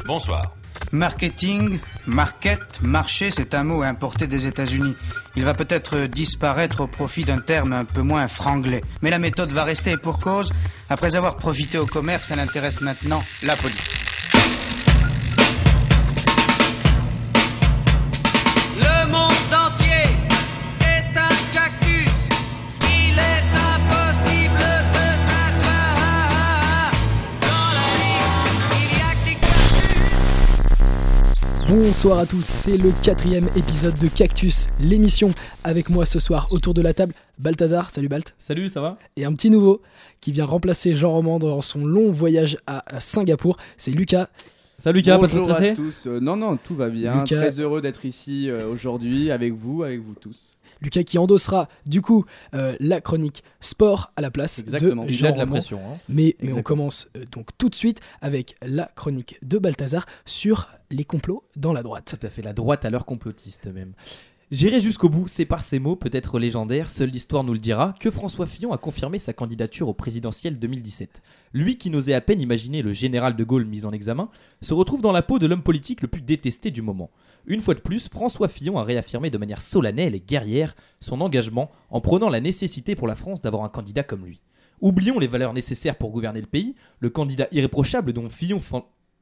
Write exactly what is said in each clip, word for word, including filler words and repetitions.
Bonsoir. Marketing, market, marché, c'est un mot importé des États-Unis. Il va peut-être disparaître au profit d'un terme un peu moins franglais. Mais la méthode va rester et pour cause. Après avoir profité au commerce, elle intéresse maintenant la politique. Le monde entier est un cactus. Il est impossible de s'asseoir. Dans la vie, il y a que des cactus. Bonsoir à tous, c'est le quatrième épisode de Cactus, l'émission. Avec moi ce soir autour de la table, Balthazar, salut Balt. Salut, ça va ? Et un petit nouveau qui vient remplacer Jean Roman dans son long voyage à Singapour, c'est Lucas. Salut Lucas, pas trop Bonjour stressé ? à tous. Euh, non, non, tout va bien. Lucas. Très heureux d'être ici euh, aujourd'hui avec vous, avec vous tous. Lucas qui endossera du coup euh, la chronique sport à la place Exactement. de Il Jean a de la Roman. pression. Hein. Mais, mais on Exactement. commence euh, donc tout de suite avec la chronique de Balthazar sur les complots dans la droite. Tout à fait, la droite à l'heure complotiste même. J'irai jusqu'au bout, c'est par ces mots, peut-être légendaires, seule l'histoire nous le dira, que François Fillon a confirmé sa candidature au présidentiel deux mille dix-sept. Lui qui n'osait à peine imaginer le général de Gaulle mis en examen, se retrouve dans la peau de l'homme politique le plus détesté du moment. Une fois de plus, François Fillon a réaffirmé de manière solennelle et guerrière son engagement en prônant la nécessité pour la France d'avoir un candidat comme lui. Oublions les valeurs nécessaires pour gouverner le pays, le candidat irréprochable dont Fillon... Fan...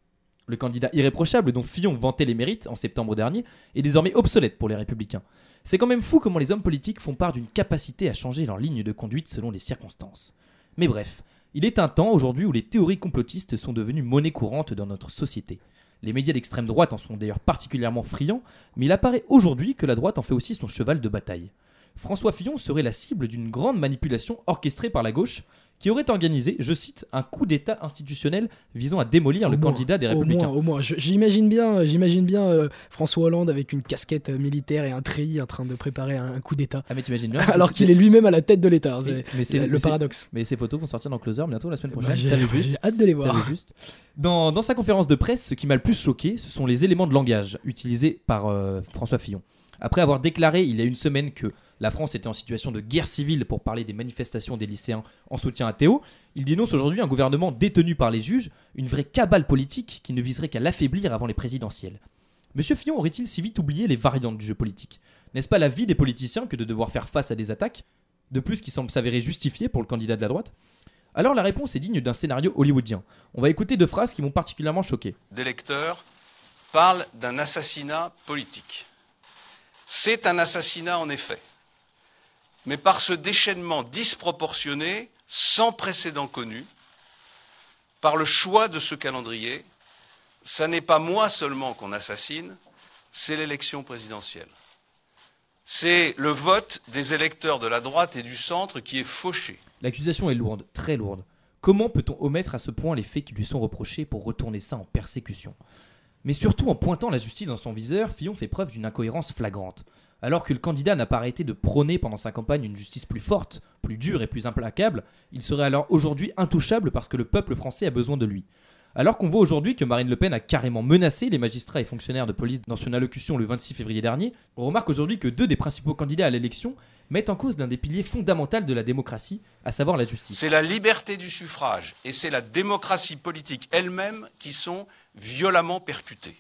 Le candidat irréprochable dont Fillon vantait les mérites en septembre dernier est désormais obsolète pour les Républicains. C'est quand même fou comment les hommes politiques font part d'une capacité à changer leur ligne de conduite selon les circonstances. Mais bref, il est un temps aujourd'hui où les théories complotistes sont devenues monnaie courante dans notre société. Les médias d'extrême droite en sont d'ailleurs particulièrement friands, mais il apparaît aujourd'hui que la droite en fait aussi son cheval de bataille. François Fillon serait la cible d'une grande manipulation orchestrée par la gauche, qui aurait organisé, je cite, un coup d'état institutionnel visant à démolir Au le moins, candidat des au Républicains. moins, au moins. Je- j'imagine bien, j'imagine bien euh, François Hollande avec une casquette euh, militaire et un treillis en train de préparer un, un coup d'état. Ah mais t'imagines bien Alors c'est- qu'il est lui-même à la tête de l'État. Oui, C'est mais c'est le mais c'est- paradoxe. Mais ces photos vont sortir dans Closer bientôt la semaine Bah, prochaine. j'ai, T'as vu juste j'ai hâte de les T'as voir. vu juste dans, dans sa conférence de presse, ce qui m'a le plus choqué, ce sont les éléments de langage utilisés par euh, François Fillon. Après avoir déclaré il y a une semaine que la France était en situation de guerre civile pour parler des manifestations des lycéens en soutien à Théo, il dénonce aujourd'hui un gouvernement détenu par les juges, une vraie cabale politique qui ne viserait qu'à l'affaiblir avant les présidentielles. Monsieur Fillon aurait-il si vite oublié les variantes du jeu politique ? N'est-ce pas la vie des politiciens que de devoir faire face à des attaques, de plus qui semblent s'avérer justifiées pour le candidat de la droite ? Alors la réponse est digne d'un scénario hollywoodien. On va écouter deux phrases qui m'ont particulièrement choqué. Des lecteurs parlent d'un assassinat politique. C'est un assassinat en effet. Mais par ce déchaînement disproportionné, sans précédent connu, par le choix de ce calendrier, ça n'est pas moi seulement qu'on assassine, c'est l'élection présidentielle. C'est le vote des électeurs de la droite et du centre qui est fauché. L'accusation est lourde, très lourde. Comment peut-on omettre à ce point les faits qui lui sont reprochés pour retourner ça en persécution ? Mais surtout en pointant la justice dans son viseur, Fillon fait preuve d'une incohérence flagrante. Alors que le candidat n'a pas arrêté de prôner pendant sa campagne une justice plus forte, plus dure et plus implacable, il serait alors aujourd'hui intouchable parce que le peuple français a besoin de lui. Alors qu'on voit aujourd'hui que Marine Le Pen a carrément menacé les magistrats et fonctionnaires de police dans son allocution le vingt-six février dernier, on remarque aujourd'hui que deux des principaux candidats à l'élection mettent en cause l'un des piliers fondamentaux de la démocratie, à savoir la justice. C'est la liberté du suffrage et c'est la démocratie politique elle-même qui sont violemment percutées.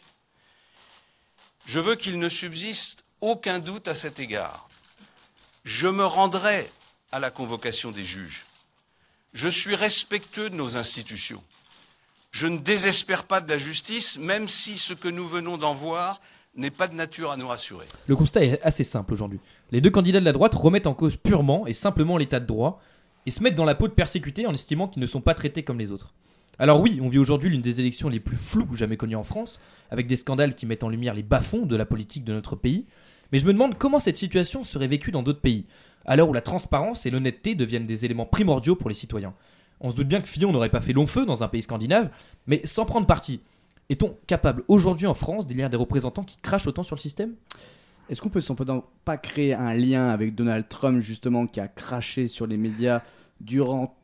Je veux qu'il ne subsiste aucun doute à cet égard. Je me rendrai à la convocation des juges. Je suis respectueux de nos institutions. Je ne désespère pas de la justice, même si ce que nous venons d'en voir n'est pas de nature à nous rassurer. Le constat est assez simple aujourd'hui. Les deux candidats de la droite remettent en cause purement et simplement l'état de droit et se mettent dans la peau de persécutés en estimant qu'ils ne sont pas traités comme les autres. Alors oui, on vit aujourd'hui l'une des élections les plus floues jamais connues en France, avec des scandales qui mettent en lumière les bas-fonds de la politique de notre pays, mais je me demande comment cette situation serait vécue dans d'autres pays, à l'heure où la transparence et l'honnêteté deviennent des éléments primordiaux pour les citoyens. On se doute bien que Fillon n'aurait pas fait long feu dans un pays scandinave, mais sans prendre parti. Est-on capable aujourd'hui en France d'élire des représentants qui crachent autant sur le système ? Est-ce qu'on peut cependant pas créer un lien avec Donald Trump justement qui a craché sur les médias durant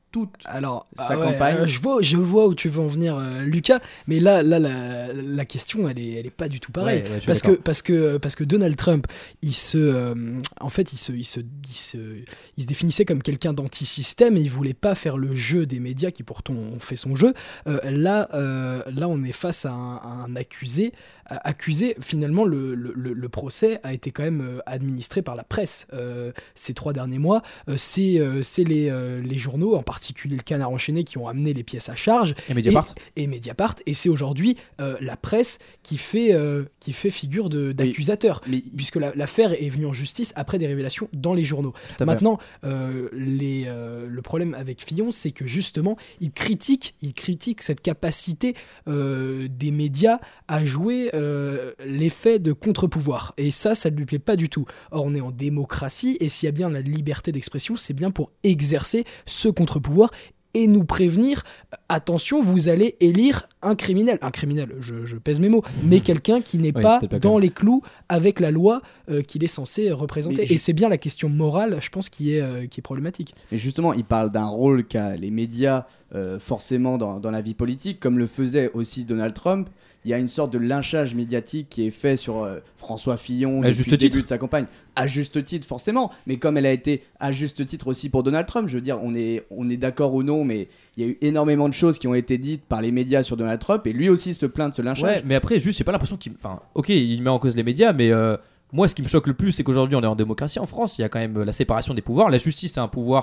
toute Alors, sa ah ouais, campagne. euh, je vois, je vois où tu veux en venir, euh, Lucas. Mais là, là, la, la question, elle est, elle est pas du tout pareille. Ouais, ouais, je suis parce que, d'accord. parce que, parce que Donald Trump, il se, euh, en fait, il se, il se, il se, il se définissait comme quelqu'un d'anti-système et il voulait pas faire le jeu des médias qui pourtant ont fait son jeu. Euh, là, euh, là, on est face à un, à un accusé. Accusé, finalement, le, le, le procès a été quand même euh, administré par la presse euh, ces trois derniers mois. Euh, c'est euh, c'est les, euh, les journaux, en particulier le Canard enchaîné, qui ont amené les pièces à charge. Et Mediapart. Et, et Mediapart. Et c'est aujourd'hui euh, la presse qui fait, euh, qui fait figure de- d'accusateur. Mais Puisque la- l'affaire est venue en justice après des révélations dans les journaux. Tout à fait. Maintenant, euh, les, euh, le problème avec Fillon, c'est que justement, il critique, il critique cette capacité euh, des médias à jouer euh, l'effet de contre-pouvoir. Et ça, ça ne lui plaît pas du tout. Or, on est en démocratie, et s'il y a bien la liberté d'expression, c'est bien pour exercer ce contre-pouvoir et nous prévenir, attention, vous allez élire un criminel. Un criminel, je, je pèse mes mots, mais quelqu'un qui n'est Oui, pas peut-être pas dans clair. les clous avec la loi euh, qu'il est censé représenter. Mais je- Et c'est bien la question morale, je pense, qui est, euh, qui est problématique. Mais justement, il parle d'un rôle qu'a les médias euh, forcément dans, dans la vie politique, comme le faisait aussi Donald Trump. Il y a une sorte de lynchage médiatique qui est fait sur euh, François Fillon À depuis juste le début titre. de sa campagne. À juste titre, forcément. Mais comme elle a été à juste titre aussi pour Donald Trump, je veux dire, on est, on est d'accord ou non, mais il y a eu énormément de choses qui ont été dites par les médias sur Donald Trump, et lui aussi se plaint de ce lynchage. Ouais, mais après, juste, j'ai pas l'impression qu'il. Enfin, ok, il met en cause les médias, mais euh, moi, ce qui me choque le plus, c'est qu'aujourd'hui, on est en démocratie en France. Il y a quand même euh, la séparation des pouvoirs. La justice, c'est un pouvoir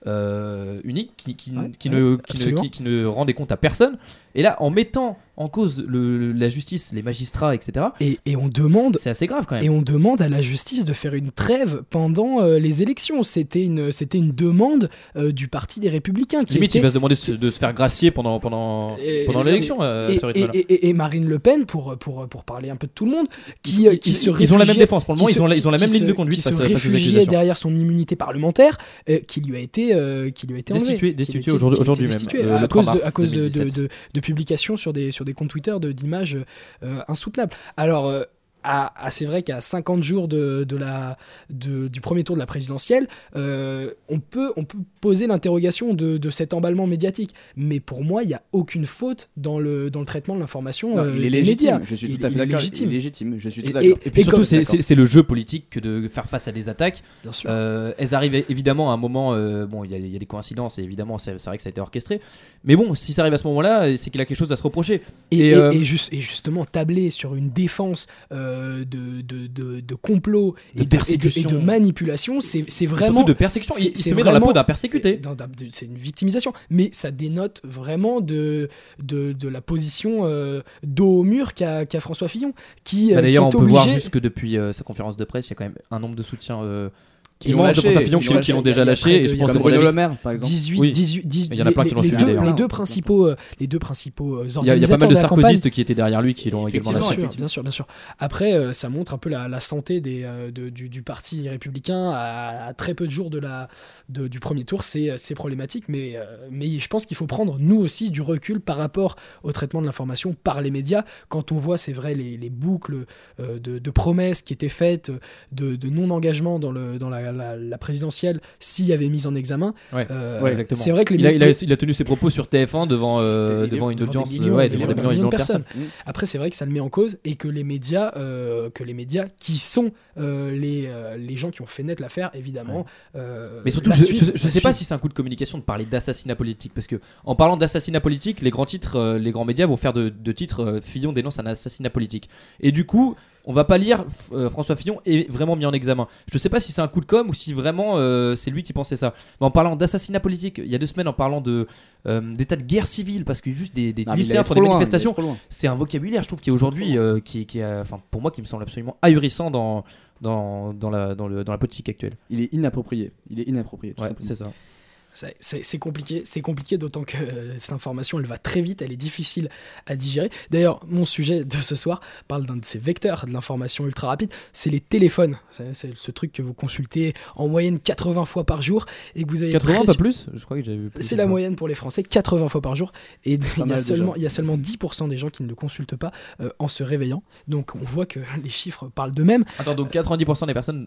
euh, unique qui, qui, Ouais, qui ouais, ne, qui, ne, absolument. qui- qui ne rend des comptes à personne. Et là, en mettant en cause le, la justice, les magistrats, et cetera, Et, et on demande. c'est assez grave quand même. Et on demande à la justice de faire une trêve pendant euh, les élections. C'était une, c'était une demande euh, du Parti des Républicains. Qui Limite, était... il va se demander de se, de se faire gracier pendant, pendant, Et- pendant c'est- l'élection, euh, et, ce et, rythme-là. et- et- et Marine Le Pen, pour, pour, pour parler un peu de tout le monde, qui, euh, qui ils, se ils ont la même réfugiait- défense pour le moment, qui ils se- ont la, ils ont la qui même se- ligne de conduite qui face, se face aux réfugiait accusations. derrière son immunité parlementaire, euh, qui lui a été, euh, qui lui a été enlevée. Destitué- Qui- destitué qui- aujourd'hui- qui a été aujourd'hui même, destitué euh, à le cause, trois de, mars à cause de, de, deux mille dix-sept. de- de publications sur des, sur des comptes Twitter de- d'images euh, insoutenables. Alors, euh, à- à- c'est vrai qu'à cinquante jours de, de la, de- du premier tour de la présidentielle, euh, on, peut, on peut poser l'interrogation de, de cet emballement médiatique. Mais pour moi, il n'y a aucune faute dans le, dans le traitement de l'information Non, euh, il est des légitime, médias. je suis Il- tout à fait il est d'accord. légitime. Il est légitime, je suis Et- tout d'accord. Et puis Et surtout, comme- c'est- d'accord. c'est c'est le jeu politique que de faire face à des attaques. Bien sûr. Euh, elles arrivent évidemment à un moment. euh, bon, il y, a- il y a des coïncidences et évidemment, c'est c'est vrai que ça a été orchestré. Mais bon, si ça arrive à ce moment-là, c'est qu'il a quelque chose à se reprocher. Et, Et, et- euh, et juste, et justement, tabler sur une défense euh, de, de, de, de complot De et, de, et, de, et persécution. de manipulation, c'est c'est Et vraiment. surtout de persécution. Il, c'est- il c'est se met dans la vraiment- peau d'un persécuté. dans- dans- de- C'est une victimisation, mais ça dénote vraiment de, de, de la position euh, dos au mur qu'a qu'a François Fillon, qui, euh, Bah, D'ailleurs, on qui est peut voir obligé- juste que depuis euh, sa conférence de presse, il y a quand même un nombre de soutiens euh, Qui l'ont immense de lâché, François Fillon qui qui, l'ont qui l'ont lâché. déjà Il y a lâché. près de- Et je il y a pense Comme que Bruno Bonavie- Le Maire, par exemple. dix-huit, Oui. dix-huit, dix-huit, Il y en a plein les- qui l'ont les suivi, deux- d'ailleurs. Les deux principaux, euh, les deux principaux euh, il y, a, il y a pas mal organisateurs de la campagne. sarkozystes qui étaient derrière lui qui l'ont également Effectivement, lâché. Bien sûr, bien sûr, bien sûr. Après, euh, ça montre un peu la, la santé des, euh, de- du, du parti républicain à, à très peu de jours de la, de- du premier tour. C'est c'est problématique, mais, euh, mais je pense qu'il faut prendre, nous aussi, du recul par rapport au traitement de l'information par les médias. Quand on voit, c'est vrai, les, les boucles euh, de, de promesses qui étaient faites, de, de non-engagement dans, le, dans la, la- la présidentielle, s'il y avait mise en examen. Ouais. Euh, Ouais, exactement. C'est vrai que les Il a, il, a, médias- il a tenu ses propos sur T F un devant, euh, C'est- devant une devant des audience euh, millions, ouais, devant devant des millions, de personnes. Après, c'est vrai que ça le met en cause et que les médias, euh, que les médias qui sont euh, les, euh, les gens qui ont fait naître l'affaire, évidemment. euh, Mais surtout, la je, suivent, je, je la sais pas suivent. si c'est un coup de communication de parler d'assassinat politique, parce que en parlant d'assassinat politique, les grands titres, euh, les grands médias vont faire de, de titres euh, Fillon dénonce un assassinat politique. Et du coup, on va pas lire euh, François Fillon est vraiment mis en examen. Je sais pas si c'est un coup de com ou si vraiment euh, c'est lui qui pensait ça. Mais en parlant d'assassinat politique, il y a deux semaines, en parlant de euh, d'état de guerre civile, parce que juste des, des Ah, mais il lycéens allait font trop des loin, il allait manifestations, trop loin. c'est un vocabulaire, je trouve, qui est aujourd'hui, euh, qui, qui a- enfin, pour moi, qui me semble absolument ahurissant dans dans, dans la dans le dans la politique actuelle. Il est inapproprié. Il est inapproprié. tout Ouais, simplement. c'est ça. C'est- C'est c'est compliqué, c'est compliqué d'autant que euh, cette information elle va très vite, elle est difficile à digérer. D'ailleurs, mon sujet de ce soir parle d'un de ces vecteurs de l'information ultra rapide, c'est les téléphones. C'est c'est ce truc que vous consultez en moyenne quatre-vingts fois par jour et que vous avez quatre-vingts, presque- pas plus. Je crois que j'avais vu plus. C'est la moyenne pour les Français, quatre-vingts fois par jour. Et il y, a mal, seulement, déjà. il y a seulement dix pour cent des gens qui ne le consultent pas euh, en se réveillant. Donc on voit que les chiffres parlent d'eux-mêmes. Attends, donc quatre-vingt-dix pour cent des personnes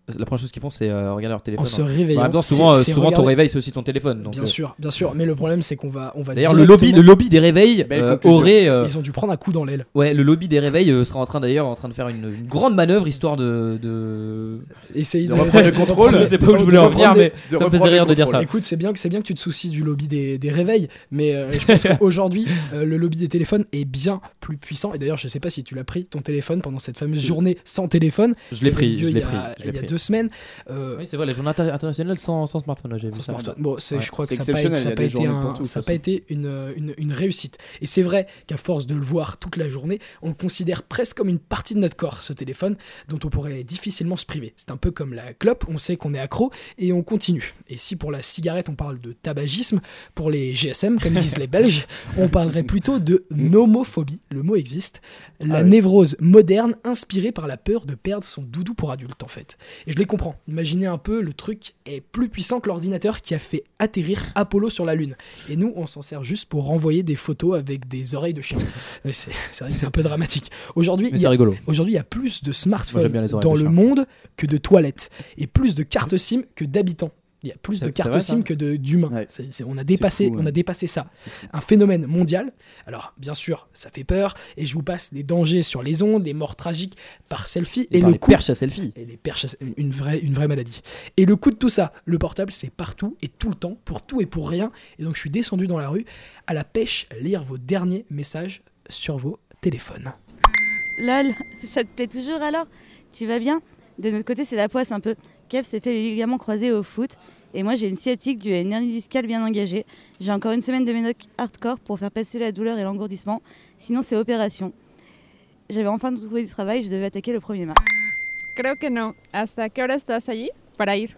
la première chose qu'ils font, c'est euh, regarder leur téléphone. En se hein. réveillant. En même temps, souvent, c'est- euh, c'est souvent ton regarder- réveil, c'est aussi ton téléphone. Donc, Bien euh, sûr, bien sûr. Mais le problème, c'est qu'on va, on va D'ailleurs, le lobby, directement- le lobby des réveils Belle euh, conclusion. aurait. euh, Ils ont dû prendre un coup dans l'aile. Ouais, le lobby des réveils euh, sera en train d'ailleurs en train de faire une, une grande manœuvre histoire de. de... Essayer De reprendre le contrôle. Je sais pas où je voulais de en venir, reprendre mais de ça me faisait reprendre rire le de dire contrôle. ça. Écoute, c'est bien que c'est bien que tu te soucies du lobby des, des réveils, mais euh, je pense qu'aujourd'hui, euh, le lobby des téléphones est bien plus puissant. Et d'ailleurs, je sais pas si tu l'as pris ton téléphone pendant cette fameuse journée sans téléphone. Je l'ai qui avait pris, lieu je il l'ai y a- pris. je l'ai Il y a pris. deux semaines. Euh, Oui, c'est vrai, la journée inter- internationale sans, sans smartphone, j'ai vu sans ça. smartphone. Bon, c'est, Ouais. je crois que C'est ça n'a pas, été- exceptionnel, ça a il y a pas des été, journées un- pour tout, de ça a toute pas été une, une, une réussite. Et c'est vrai qu'à force de le voir toute la journée, on le considère presque comme une partie de notre corps, ce téléphone, dont on pourrait difficilement se priver. C'est un peu comme la clope, on sait qu'on est accro et on continue. Et si pour la cigarette on parle de tabagisme, pour les G S M, comme disent les Belges, on parlerait plutôt de nomophobie, le mot existe, la Ah oui. névrose moderne inspirée par la peur de perdre son doudou pour adulte en fait. Et je les comprends. Imaginez un peu, le truc est plus puissant que l'ordinateur qui a fait atterrir Apollo sur la Lune. Et nous, on s'en sert juste pour renvoyer des photos avec des oreilles de chien. Ouais, c'est, c'est vrai que c'est un peu dramatique. Aujourd'hui, Mais il y c'est a, rigolo. aujourd'hui, il y a plus de Moi, smartphones j'aime bien les oreilles dans de le chien. monde que de toilettes. Et plus de cartes SIM que d'habitants. Il y a plus C'est- de c'est cartes vrai, ça SIM que de, d'humains. Ouais. C'est- c'est- on, a dépassé, fou, ouais. on a dépassé ça. C'est fou. Un phénomène mondial. Alors, bien sûr, ça fait peur. Et je vous passe les dangers sur les ondes, les morts tragiques par selfie. Et, Et, par le les coût perches à selfie. et les perches, à- une vraie, une vraie maladie. Et le coût de tout ça, le portable, c'est partout et tout le temps, pour tout et pour rien. Et donc, je suis descendu dans la rue à la pêche, lire vos derniers messages sur vos téléphones. Lol, ça te plaît toujours alors? Tu vas bien? De notre côté, c'est la poisse un peu. Kev s'est fait les ligaments croisés au foot. Et moi, j'ai une sciatique due à une hernie discale bien engagée. J'ai encore une semaine de médoc hardcore pour faire passer la douleur et l'engourdissement. Sinon, c'est opération. J'avais enfin trouvé du travail, je devais attaquer le premier mars. Creo que no. ¿Hasta qué hora estás allí para ir?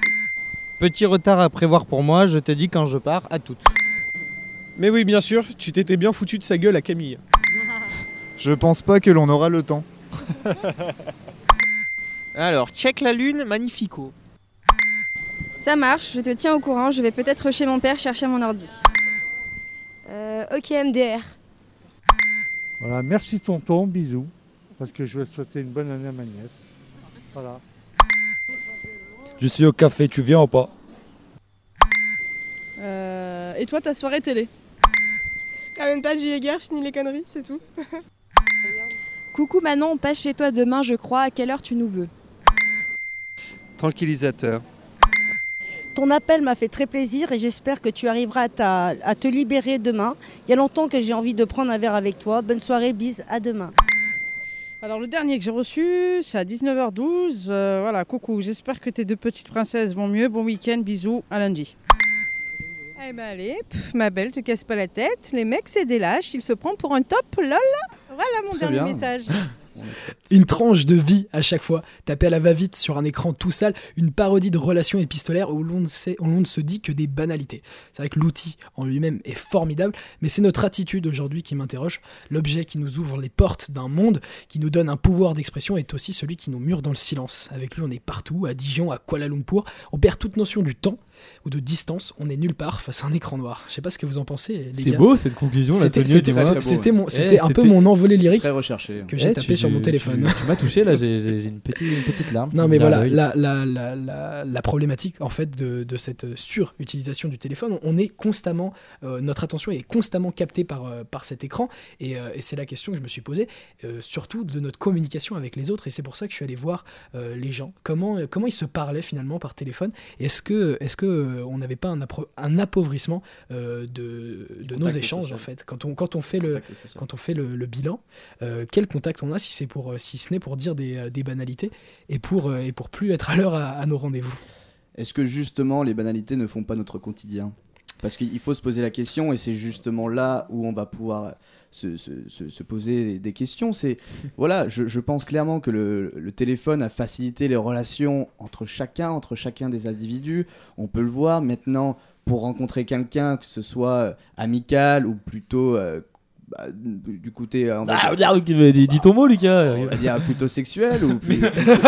Petit retard à prévoir pour moi, je te dis quand je pars, à toutes. Mais oui, bien sûr, tu t'étais bien foutu de sa gueule à Camille. Je pense pas que l'on aura le temps. Alors, check la lune, magnifico. Ça marche, je te tiens au courant, je vais peut-être chez mon père chercher mon ordi. Euh, ok M D R. Voilà, merci tonton, bisous. Parce que je vais souhaiter une bonne année à ma nièce. Voilà. Je suis au café, tu viens ou pas? Euh, et toi, ta soirée télé? Quand même pas du Jäger, finis les conneries, c'est tout. Coucou Manon, on passe chez toi demain, je crois. À quelle heure tu nous veux? Tranquillisateur. Ton appel m'a fait très plaisir et j'espère que tu arriveras à, ta- à te libérer demain. Il y a longtemps que j'ai envie de prendre un verre avec toi. Bonne soirée, bis, à demain. Alors, le dernier que j'ai reçu, c'est à dix-neuf heures douze. Euh, voilà, coucou, j'espère que tes deux petites princesses vont mieux. Bon week-end, bisous, à lundi. Eh ben allez, pff, ma belle, te casse pas la tête. Les mecs, c'est des lâches. Ils se prennent pour un top, lol. Voilà mon Très dernier bien. message. Une tranche de vie à chaque fois, tapé à la va-vite sur un écran tout sale, une parodie de relations épistolaires où l'on ne, sait, où l'on ne se dit que des banalités. C'est vrai que l'outil en lui-même est formidable, mais c'est notre attitude aujourd'hui qui m'interroge. L'objet qui nous ouvre les portes d'un monde, qui nous donne un pouvoir d'expression, est aussi celui qui nous mure dans le silence. Avec lui, on est partout, à Dijon, à Kuala Lumpur. On perd toute notion du temps ou de distance. On est nulle part face à un écran noir. Je sais pas ce que vous en pensez, les C'est gars. beau cette conclusion, là, C'était, Tonio, c'était, dis-moi. c'était, c'était mon, Eh, c'était un peu c'était- mon envolée lyrique Très recherché. que j'ai Eh, tapé tu- sur mon tu- téléphone. Tu, m'as touché là, j'ai, j'ai- j'ai une, petite, une petite larme. Non qui mais me vient à voilà, l'œil. la, la, la, la, la problématique en fait de, de cette surutilisation du téléphone, on est constamment, euh, notre attention est constamment captée par, euh, par cet écran et, euh, et c'est la question que je me suis posée, euh, surtout de notre communication avec les autres et c'est pour ça que je suis allé voir euh, les gens, comment, euh, comment ils se parlaient finalement par téléphone et est-ce que, est-ce que euh, on n'avait pas un, appro- un appauvrissement euh, de, de nos Contact échanges social. en fait quand on, quand on fait le, Contact social. quand on fait le, le bilan, euh, quel contact on a si, c'est pour, euh, si ce n'est pour dire des, euh, des banalités et pour, euh, et pour plus être à l'heure à, à nos rendez-vous. Est-ce que justement les banalités ne font pas notre quotidien? Parce qu'il faut se poser la question et c'est justement là où on va pouvoir se, se, se, se poser des questions. C'est voilà, je, je pense clairement que le, le téléphone a facilité les relations entre chacun, entre chacun des individus. On peut le voir maintenant pour rencontrer quelqu'un, que ce soit amical ou plutôt euh, bah, du côté on va Ah, dire- regarde, dis, dis ton mot, Lucas. on va dire plutôt sexuel ou plus-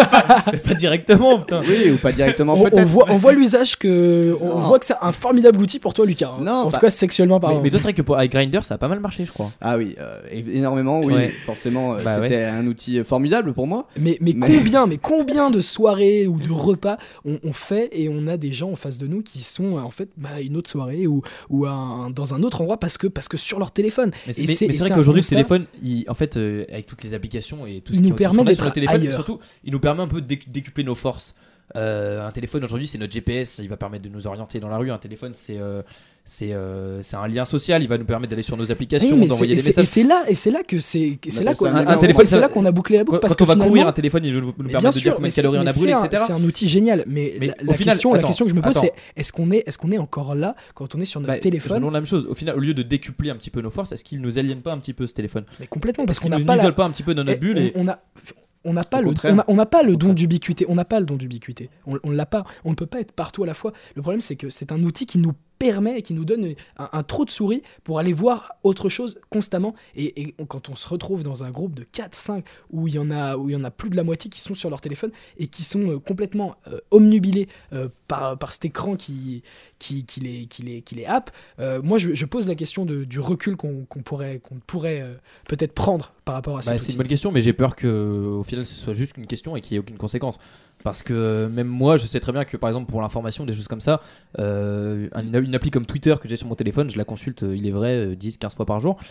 Pas directement, putain. oui ou pas directement On, on peut-être. voit, on voit l'usage que. On Non. voit que c'est un formidable outil pour toi, Lucas. Non, en bah- tout cas, sexuellement Mais, parlant. mais toi, c'est vrai que pour avec Grindr, ça a pas mal marché, je crois. Ah oui, euh, é- énormément, oui, Ouais. forcément, euh, Bah c'était un outil formidable pour moi. Mais, mais, Mais- combien, mais combien de soirées ou de repas on, on fait et on a des gens en face de nous qui sont euh, en fait bah, à une autre soirée ou, ou à un- dans un autre endroit parce que, parce que sur leur téléphone. Mais c'est, Et mais- c'est- mais et c'est vrai c'est un qu'aujourd'hui, le constat- téléphone, il- en fait, euh, avec toutes les applications et tout ce Il qui nous est permet sur d'être le téléphone, ailleurs. surtout, il nous permet un peu de décu- décupler nos forces. Euh, un téléphone aujourd'hui, c'est notre G P S, il va permettre de nous orienter dans la rue. Un téléphone, c'est euh, c'est euh, c'est un lien social, il va nous permettre d'aller sur nos applications, Oui, mais d'envoyer c'est- des et c'est- messages. et c'est là, et c'est là que c'est, c'est appelle là qu'on ça a, un- un téléphone, c'est ça- là qu'on a bouclé la boucle Quand, parce quand on que va finalement- courir, un téléphone, il va nous, nous Mais permet bien de dire sûr, combien mais de calories c'est- on a mais brûlé, c'est un- et cetera. C'est un outil génial, mais, Mais la, au la final, question, la attends, question que je me pose, attends. c'est est-ce qu'on est, est-ce qu'on est encore là quand on est sur notre Bah, je me téléphone? demande la même chose. Au final, au lieu de décupler un petit peu nos forces, est-ce qu'il nous aliène pas un petit peu ce téléphone? Mais complètement, parce Est-ce qu'on qu'il n'a nous pas la- isole pas un petit peu dans notre Et bulle et... on, on a on n'a pas Au le contraire. on a- on n'a pas le don d'ubiquité, on n'a pas le don d'ubiquité. On, on l'a pas, on ne peut pas être partout à la fois. Le problème c'est que c'est un outil qui nous permet et qui nous donne un, un trou de souris pour aller voir autre chose constamment et, et on- quand on se retrouve dans un groupe de quatre cinq où il y en a où il y en a plus de la moitié qui sont sur leur téléphone et qui sont euh, complètement euh, omnubilés euh, par, par cet écran qui, qui, qui, les, qui, les, qui les happe, euh, moi je, je pose la question de, du recul qu'on qu'on pourrait, qu'on pourrait euh, peut-être prendre par rapport à Bah, cet c'est outil. une bonne question, mais j'ai peur que au final ce soit juste qu'une question et qu'il n'y ait aucune conséquence. Parce que euh, même moi, je sais très bien que par exemple pour l'information, des choses comme ça, euh, une, une appli comme Twitter que j'ai sur mon téléphone, je la consulte, euh, il est vrai, euh, dix quinze fois par jour.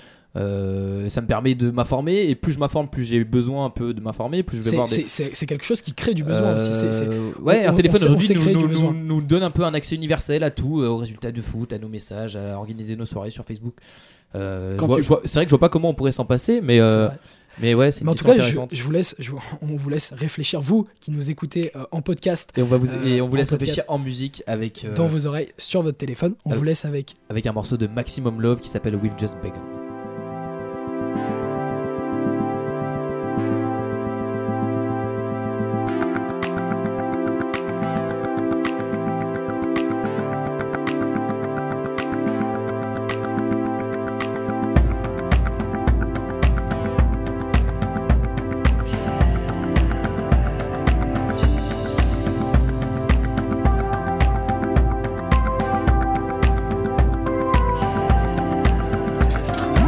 Euh, ça me permet de m'informer et plus je m'informe, plus j'ai besoin un peu de m'informer, plus je vais C'est- voir des... c'est- C'est c'est quelque chose qui crée du besoin aussi. c'est- c'est- Euh, ouais, on- un on téléphone sait- on aujourd'hui sait nous, créer du nous, besoin. nous- nous donne un peu un accès universel à tout, euh, aux résultats de foot, à nos messages, à organiser nos soirées sur Facebook. Euh, je Quand vois- tu- je vois- c'est vrai que je vois pas comment on pourrait s'en passer, mais, euh, vrai. mais ouais, c'est une Mais en tout question cas, je, intéressante. je vous laisse, je vous- on vous laisse réfléchir, vous qui nous écoutez euh, en podcast. Et on, va vous, euh, et on vous en laisse podcast, réfléchir en musique avec, euh, dans vos oreilles, sur votre téléphone. On avec- vous laisse avec. avec un morceau de Maximum Love qui s'appelle We've Just Begun. We've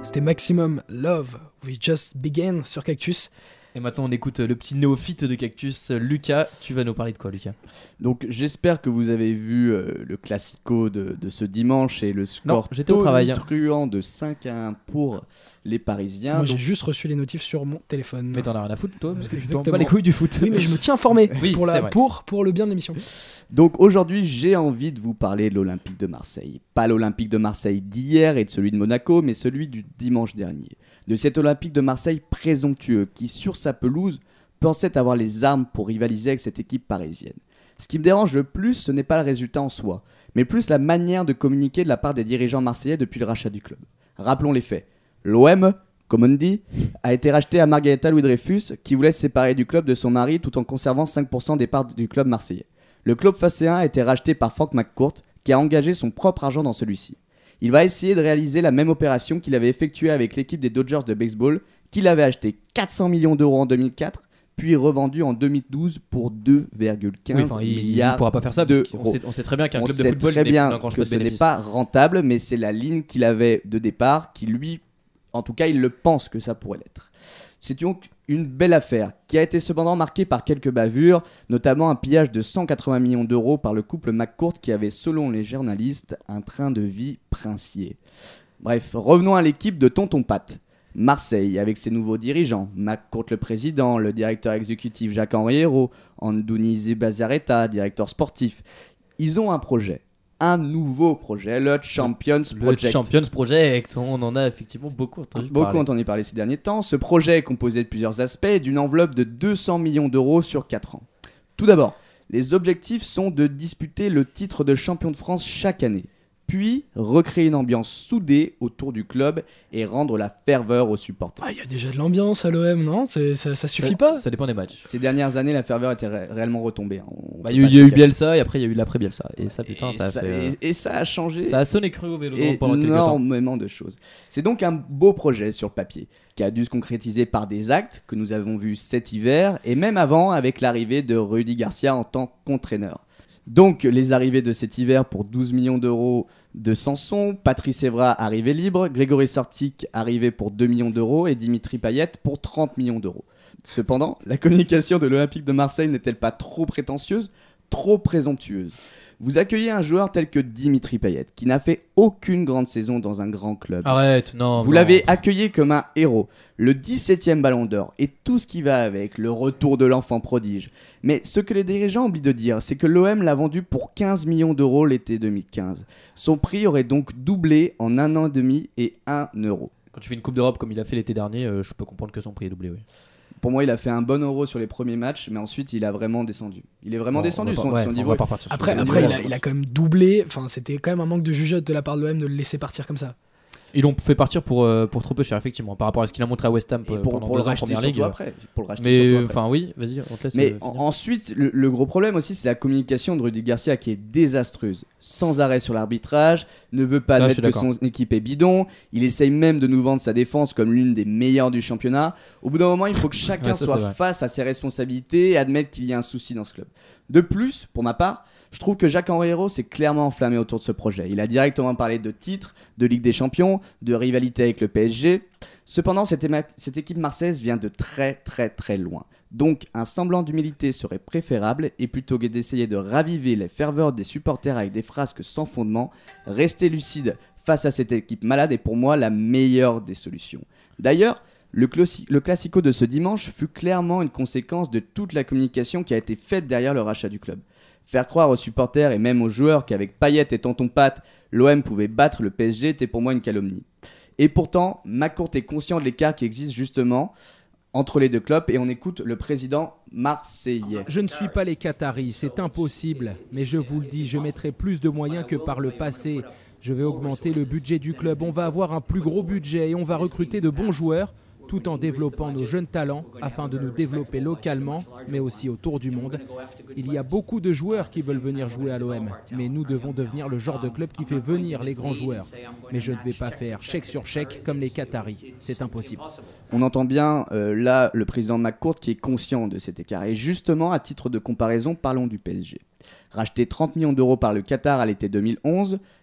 C'était Maximum Love, We Just Began sur Cactus. Et maintenant on écoute le petit néophyte de Cactus, Lucas. Tu vas nous parler de quoi, Lucas ? Donc j'espère que vous avez vu euh, le classico de, de ce dimanche et le score tonitruant de cinq à un pour les Parisiens. Moi Donc... j'ai juste reçu les notifs sur mon téléphone. Mais t'en as rien à foutre toi, parce que tu Exactement. t'en bats les couilles du foot. Oui, mais je me tiens informé oui, pour, la, pour, pour le bien de l'émission. Donc aujourd'hui j'ai envie de vous parler de l'Olympique de Marseille. Pas l'Olympique de Marseille d'hier et de celui de Monaco, mais celui du dimanche dernier. De cet Olympique de Marseille présomptueux qui, sur sa pelouse, pensait avoir les armes pour rivaliser avec cette équipe parisienne. Ce qui me dérange le plus, ce n'est pas le résultat en soi, mais plus la manière de communiquer de la part des dirigeants marseillais depuis le rachat du club. Rappelons les faits. L'O M, comme on dit, a été racheté à Margareta Louis-Dreyfus, qui voulait se séparer du club de son mari tout en conservant cinq pour cent des parts du club marseillais. Le club phocéen a été racheté par Frank McCourt, qui a engagé son propre argent dans celui-ci. Il va essayer de réaliser la même opération qu'il avait effectuée avec l'équipe des Dodgers de baseball, qu'il avait acheté quatre cents millions d'euros en deux mille quatre, puis revendu en deux mille douze pour deux virgule quinze oui, enfin, milliards il ne pourra pas faire ça, parce d'euros. qu'on sait, on sait très bien qu'un on club de sait football très bien n'engrange que pas de ce n'est bénéfices. pas rentable, mais c'est la ligne qu'il avait de départ, qui lui, en tout cas, il le pense que ça pourrait l'être. C'est donc une belle affaire, qui a été cependant marquée par quelques bavures, notamment un pillage de cent quatre-vingts millions d'euros par le couple McCourt qui avait, selon les journalistes, un train de vie princier. Bref, revenons à l'équipe de Tonton Pat. Marseille, avec ses nouveaux dirigeants, McCourt le président, le directeur exécutif Jacques-Henri Hérault, Andouni Bazarreta, directeur sportif. Ils ont un projet. Un nouveau projet, le Champions Project. Le Champions Project, on en a effectivement beaucoup entendu Beaucoup parler. entendu parler ces derniers temps. Ce projet est composé de plusieurs aspects et d'une enveloppe de deux cents millions d'euros sur quatre ans. Tout d'abord, les objectifs sont de disputer le titre de champion de France chaque année, puis recréer une ambiance soudée autour du club et rendre la ferveur aux supporters. Ah, il y a déjà de l'ambiance à l'O M, non ? C'est- ça, ça suffit ça, pas Ça dépend des matchs. Ces dernières années, la ferveur était ré- réellement retombée. hein. On Bah, peut il y a eu- pas il y a se eu cacher. Bielsa et après il y a eu l'après-Bielsa. Et ça, putain, Et ça a ça- fait. euh, et- et ça a changé. Ça a sonné cru au Vélodrome pendant quelques temps. Énormément de choses. C'est donc un beau projet sur le papier, qui a dû se concrétiser par des actes que nous avons vus cet hiver, et même avant avec l'arrivée de Rudy Garcia en tant qu'entraîneur. Donc les arrivées de cet hiver pour douze millions d'euros de Sanson, Patrice Evra arrivé libre, Grégory Sortic arrivé pour deux millions d'euros et Dimitri Payet pour trente millions d'euros. Cependant, la communication de l'Olympique de Marseille n'est-elle pas trop prétentieuse, trop présomptueuse ? Vous accueillez un joueur tel que Dimitri Payet, qui n'a fait aucune grande saison dans un grand club. Arrête, non. Vous non. l'avez accueilli comme un héros, le dix-septième ballon d'or et tout ce qui va avec, le retour de l'enfant prodige. Mais ce que les dirigeants oublient de dire, c'est que l'O M l'a vendu pour quinze millions d'euros l'été deux mille quinze. Son prix aurait donc doublé en un an et demi et un euro. Quand tu fais une Coupe d'Europe comme il a fait l'été dernier, euh, je peux comprendre que son prix est doublé, oui. Pour moi, il a fait un bon euro sur les premiers matchs, mais ensuite, il a vraiment descendu. Il est vraiment Bon, descendu, on va son, pas- ouais, son on niveau. va pas repartir sur Après, ce après niveau-là. il, a, il a quand même doublé. Enfin, c'était quand même un manque de jugeote de la part de l'O M de le laisser partir comme ça. Ils l'ont fait partir pour, euh, pour trop peu cher, effectivement, par rapport à ce qu'il a montré à West Ham Et euh, pour, pendant pour le deux ans en racheter Première Ligue. surtout après. Pour le racheter Mais surtout après. enfin, oui, vas-y, on te laisse. Mais euh, en- finir. ensuite, le, le gros problème aussi, c'est la communication de Rudy Garcia qui est désastreuse. Sans arrêt sur l'arbitrage, ne veut pas Ça, je admettre suis que d'accord. son équipe est bidon, il essaye même de nous vendre sa défense comme l'une des meilleures du championnat. Au bout d'un moment, il faut que chacun Ouais, ça, soit c'est vrai. face à ses responsabilités et admettre qu'il y a un souci dans ce club. De plus, pour ma part, je trouve que Jacques-Henri Hérault s'est clairement enflammé autour de ce projet. Il a directement parlé de titres, de Ligue des Champions, de rivalité avec le P S G. Cependant, cette, éma- cette équipe marseillaise vient de très très très loin. Donc, un semblant d'humilité serait préférable et plutôt que d'essayer de raviver les ferveurs des supporters avec des frasques sans fondement, rester lucide face à cette équipe malade est pour moi la meilleure des solutions. D'ailleurs, le, classi- le classico de ce dimanche fut clairement une conséquence de toute la communication qui a été faite derrière le rachat du club. Faire croire aux supporters et même aux joueurs qu'avec Payet et Tonton Pat, l'O M pouvait battre le P S G était pour moi une calomnie. Et pourtant, McCourt est conscient de l'écart qui existe justement entre les deux clubs et on écoute le président marseillais. Je ne suis pas les Qataris, c'est impossible. Mais je vous le dis, je mettrai plus de moyens que par le passé. Je vais augmenter le budget du club. On va avoir un plus gros budget et on va recruter de bons joueurs tout en développant nos jeunes talents afin de nous développer localement, mais aussi autour du monde. Il y a beaucoup de joueurs qui veulent venir jouer à l'O M, mais nous devons devenir le genre de club qui fait venir les grands joueurs. Mais je ne vais pas faire chèque sur chèque comme les Qataris, c'est impossible. On entend bien euh, là le président McCourt qui est conscient de cet écart. Et justement, à titre de comparaison, parlons du P S G. Racheté trente millions d'euros par le Qatar à l'été deux mille onze,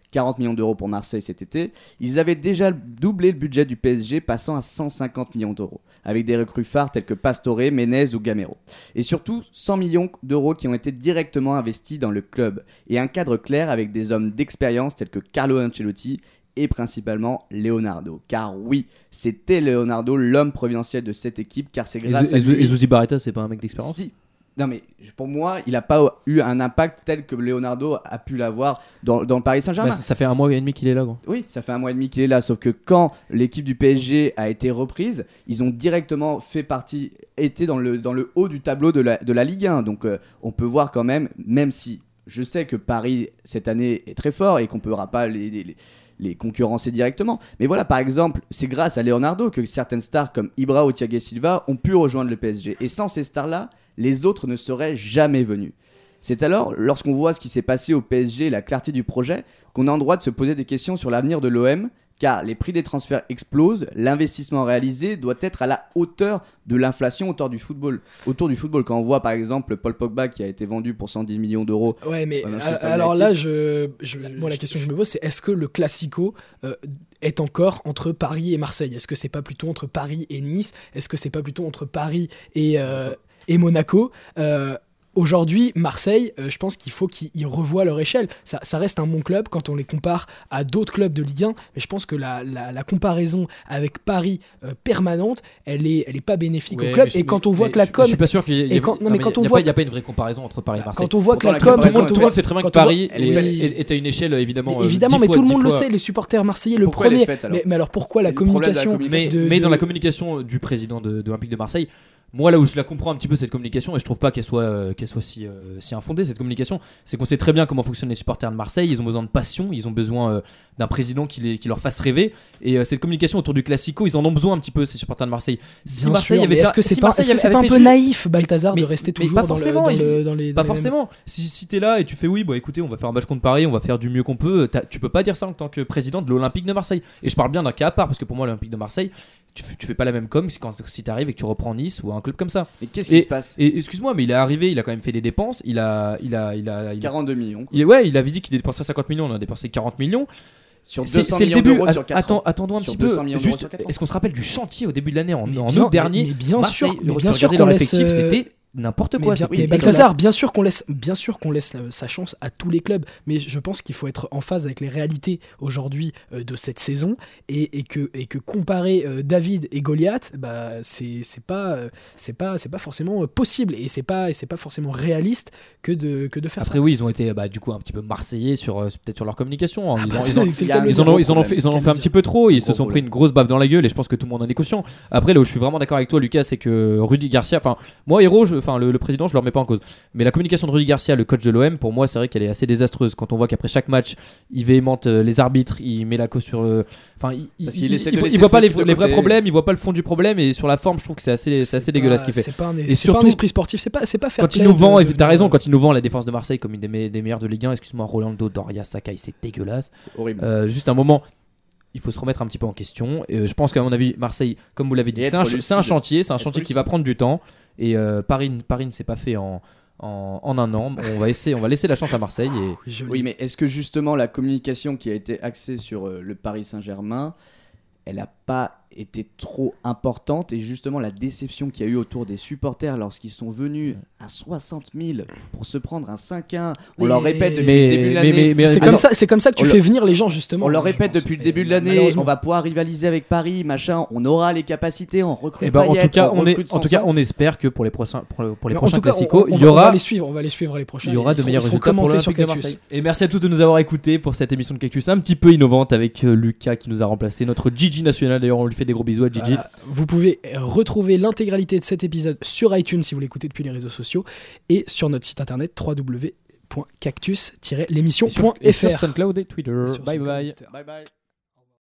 quarante millions d'euros pour Marseille cet été. Ils avaient déjà doublé le budget du P S G, passant à cent cinquante millions d'euros, avec des recrues phares telles que Pastore, Menez ou Gamero. Et surtout, cent millions d'euros qui ont été directement investis dans le club, et un cadre clair avec des hommes d'expérience tels que Carlo Ancelotti et principalement Leonardo. Car oui, c'était Leonardo l'homme providentiel de cette équipe, car c'est grâce et, à et, lui... Et Zuzi Barreta, c'est pas un mec d'expérience si. Non mais pour moi, il n'a pas eu un impact tel que Leonardo a pu l'avoir dans, dans le Paris Saint-Germain. Bah, ça fait un mois et demi qu'il est là, gros. Oui, ça fait un mois et demi qu'il est là, sauf que quand l'équipe du P S G a été reprise, ils ont directement fait partie, été dans le, dans le haut du tableau de la, de la Ligue un. Donc euh, on peut voir quand même, même si je sais que Paris cette année est très fort et qu'on ne pourra pas les... les, les les concurrencer directement. Mais voilà, par exemple, c'est grâce à Leonardo que certaines stars comme Ibra ou Thiago Silva ont pu rejoindre le P S G. Et sans ces stars-là, les autres ne seraient jamais venus. C'est alors, lorsqu'on voit ce qui s'est passé au P S G et la clarté du projet, qu'on a en droit de se poser des questions sur l'avenir de l'O M, car les prix des transferts explosent, l'investissement réalisé doit être à la hauteur de l'inflation autour du football. Autour du football, quand on voit par exemple Paul Pogba qui a été vendu pour cent dix millions d'euros. Ouais, mais alors là, je, je, moi la question que je me pose, c'est est-ce que le Classico euh, est encore entre Paris et Marseille ? Est-ce que c'est pas plutôt entre Paris et Nice ? Est-ce que c'est pas plutôt entre Paris et, euh, et Monaco ? euh, Aujourd'hui, Marseille, euh, je pense qu'il faut qu'ils revoient leur échelle. Ça, ça reste un bon club quand on les compare à d'autres clubs de Ligue un, mais je pense que la, la, la comparaison avec Paris euh, permanente, elle est, elle est pas bénéfique ouais, au club. Je, et quand on mais, voit que la je, com, je suis pas sûr qu'il y ait. Quand, non, mais quand on voit, voit, il n'y a pas une vraie comparaison entre Paris et Marseille. Quand on voit que la, la com, tout le monde sait très bien que Paris est à une échelle évidemment. Évidemment, mais tout le monde le sait. Les supporters marseillais, le premier. Mais alors pourquoi la communication ? Mais dans la communication du président de l'Olympique de Marseille. Moi, là où je la comprends un petit peu cette communication, et je trouve pas qu'elle soit, euh, qu'elle soit si, euh, si infondée, cette communication, c'est qu'on sait très bien comment fonctionnent les supporters de Marseille. Ils ont besoin de passion, ils ont besoin euh, d'un président qui, les, qui leur fasse rêver. Et euh, cette communication autour du Classico, ils en ont besoin un petit peu, ces supporters de Marseille. Si bien Marseille sûr, avait fait, est-ce que c'est si pas, est-ce que c'est pas un peu ju- naïf, Balthazar, mais, de rester mais toujours pas dans, forcément, le, dans, le, dans les. Pas dans forcément. Les si si t'es là et tu fais oui, bon écoutez, on va faire un match contre Paris, on va faire du mieux qu'on peut. Tu peux pas dire ça en tant que président de l'Olympique de Marseille. Et je parle bien d'un cas à part, parce que pour moi, l'Olympique de Marseille, tu, tu fais pas la même com si, quand, si t'arrives et que tu reprends Nice ou un club comme ça. Mais qu'est-ce qui se passe ? Et excuse-moi, mais il est arrivé, il a quand même fait des dépenses. Il a, il a, il a, il a quarante-deux millions. Il, ouais, il avait dit qu'il dépenserait cinquante millions. On a dépensé quarante millions. Sur deux c'est, cents c'est le millions début. d'euros sur quatre Attends, ans. attendons un sur petit peu. Juste, sur est-ce qu'on se rappelle du chantier au début de l'année en, en bien, août dernier mais, mais bien Marseille, sûr, mais bien sûr leur qu'on effectif, laisse, euh... c'était n'importe quoi. Mais, bien, mais Balthazar, bien sûr qu'on laisse, bien sûr qu'on laisse euh, sa chance à tous les clubs, mais je pense qu'il faut être en phase avec les réalités aujourd'hui euh, de cette saison et, et que et que comparer euh, David et Goliath, bah c'est c'est pas euh, c'est pas c'est pas forcément euh, possible et c'est pas et c'est pas forcément réaliste que de que de faire Après, ça. Après oui, ils ont été bah, du coup un petit peu marseillais sur euh, peut-être sur leur communication. Hein. Ils, Après, ont, ils, ont, c'est, ils, ont, ils, en ont, ils en ont fait ils en ont fait un petit peu trop. Ils se sont pris une grosse baffe dans la gueule et je pense que tout le monde en est conscient. Après, là où je suis vraiment d'accord avec toi, Lucas, c'est que Rudy Garcia, enfin moi héros, enfin le, le président, je le remets pas en cause. Mais la communication de Rudy Garcia, le coach de l'O M, pour moi, c'est vrai qu'elle est assez désastreuse. Quand on voit qu'après chaque match, il véhémente les arbitres, il met la cause sur le. Enfin, il, il, il, il, il, il voit pas les, les vrais problèmes, il voit pas le fond du problème, et sur la forme, je trouve que c'est assez, c'est c'est assez pas, dégueulasse ce qu'il fait. C'est pas un, et c'est surtout, pas un esprit sportif, c'est pas, c'est pas faire. Quand il nous vend, de, et t'as raison, quand il nous vend la défense de Marseille comme une des, me- des meilleures de Ligue un, excuse-moi, Rolando, Doria, Sakai, c'est dégueulasse. C'est horrible. Euh, juste un moment. Il faut se remettre un petit peu en question. Et euh, je pense qu'à mon avis, Marseille, comme vous l'avez dit, c'est un, c'est un chantier, c'est un chantier qui va prendre du temps. Et euh, Paris, Paris ne s'est pas fait en, en, en un an. On va essayer, on va laisser la chance à Marseille. Et... Oui, mais est-ce que justement la communication qui a été axée sur euh, le Paris Saint-Germain, elle n'a pas été trop importante, et justement la déception qu'il y a eu autour des supporters lorsqu'ils sont venus à soixante mille pour se prendre un cinq un, on mais leur répète depuis mais, le début de l'année. Mais, mais, mais, c'est, alors, comme ça, c'est comme ça que tu fais venir les gens, justement. On leur répète depuis le début de l'année, on va pouvoir rivaliser avec Paris, machin, on aura les capacités, on recrute. Eh ben, Payet, en tout cas, on, on est, en tout cas, on espère que pour les prochains, pour, pour les mais prochains classicos, il y aura. On va les suivre, on va les suivre les prochains. Il y aura de meilleurs résultats pour l'Olympique de Marseille. Et merci à tous de nous avoir écoutés pour cette émission de Cactus un petit peu innovante avec Lucas qui nous a remplacé, notre Gigi national. D'ailleurs, on lui fait des gros bisous à Gigi. Voilà. Vous pouvez retrouver l'intégralité de cet épisode sur iTunes si vous l'écoutez depuis les réseaux sociaux et sur notre site internet w w w point cactus tiret l'émission point f r. Et sur SoundCloud et Twitter. Et bye bye. Bye bye.